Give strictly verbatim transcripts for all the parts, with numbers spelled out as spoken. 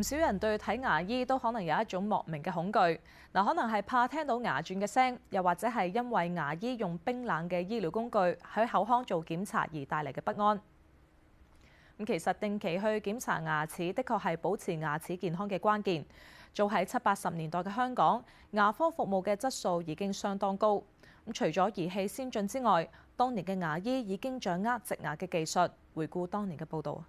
唔少人對睇牙醫都可能有一種莫名嘅恐懼，嗱，可能係怕聽到牙轉嘅聲，又或者係因為牙醫用冰冷嘅醫療工具喺口腔做檢查而帶嚟嘅不安。咁其實定期去檢查牙齒，的確係保持牙齒健康嘅關鍵。早喺七八十年代嘅香港，牙科服務嘅質素已經相當高。咁除咗儀器先進之外，當年嘅牙醫已經掌握植牙嘅技術。回顧當年嘅報導。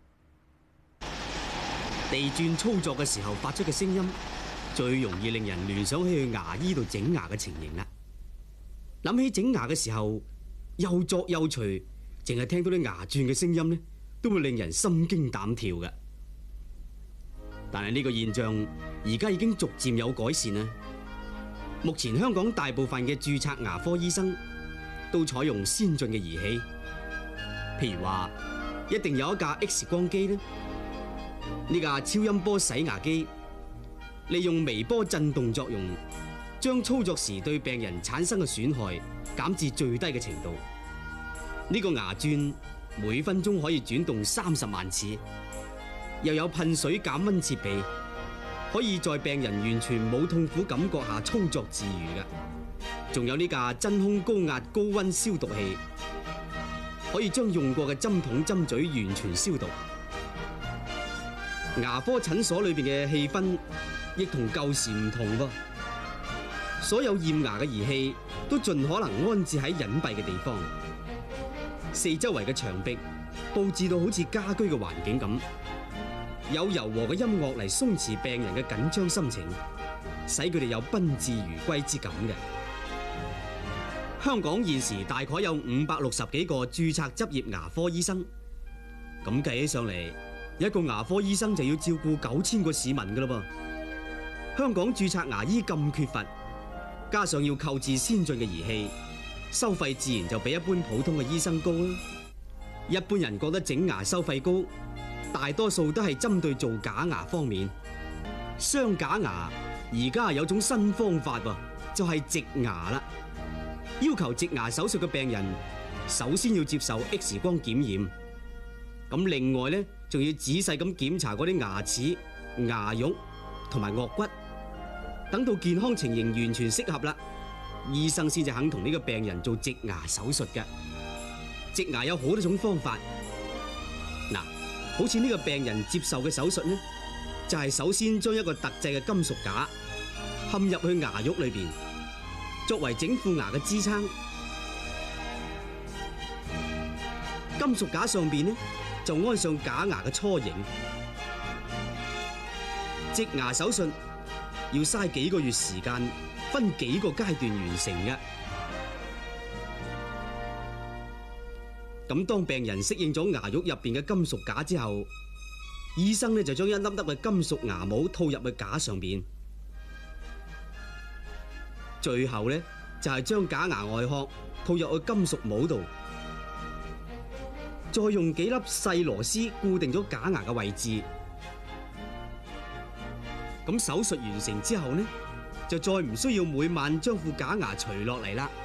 地轉操作嘅時候發出嘅聲音，最容易令人聯想起去牙醫度整牙嘅情形啦。諗起整牙嘅時候，又作又隨，淨係聽到啲牙轉嘅聲音呢，都會令人心驚膽跳嘅。但係呢個現象而家已經逐漸有改善啦。目前香港大部分嘅註冊牙科醫生都採用先進嘅儀器，譬如話一定有一架 X 光機呢。呢架超音波洗牙機利用微波震動作用，將操作時對病人產生嘅損害減至最低嘅程度。呢個牙鑽每分鐘可以轉動三十萬次，又有噴水減溫設備，可以在病人完全冇痛苦感覺下操作自如嘅。仲有呢架真空高壓高溫消毒器，可以將用過嘅針筒針嘴完全消毒。牙科診所裏邊嘅氣氛亦同舊時唔同噃，所有驗牙嘅儀器都盡可能安置喺隱蔽嘅地方，四周圍嘅牆壁佈置到好似家居嘅環境咁，有柔和嘅音樂嚟鬆弛病人嘅緊張心情，使佢哋有賓至如歸之感嘅。香港現時大概有五百六十幾個註冊執業牙科醫生，咁計起上嚟，一個牙科醫生就要照顧九千個市民㗎喇噃。香港註冊牙醫咁缺乏，加上要購置先進嘅儀器，收費自然就比一般普通嘅醫生高啦。一般人覺得整牙收費高，大多數都係針對做假牙方面。鑲假牙而家有種新方法喎，就係植牙啦。要求植牙手術嘅病人，首先要接受 X 光檢驗。咁另外咧，仲要仔細咁檢查嗰啲牙齒、牙肉同埋顎骨，等到健康情形完全適合啦，醫生先至肯同呢個病人做植牙手術嘅。植牙有好多種方法，嗱，好似呢個病人接受嘅手術呢，就係首先將一個特製嘅金屬架嵌入去牙肉裏邊，作為整副牙嘅支撐。金屬架上邊呢，就安上假牙嘅雛形。植牙手術要嘥幾個月時間，分幾個階段完成嘅。咁當病人適應咗牙肉入邊嘅金屬架之後，醫生呢就將一粒粒嘅金屬牙帽套入去架上邊，最後呢就係將假牙外殼套入去金屬帽度。再用幾粒細螺絲固定咗假牙嘅位置，咁手術完成之後呢，就再唔需要每晚將副假牙除落嚟啦。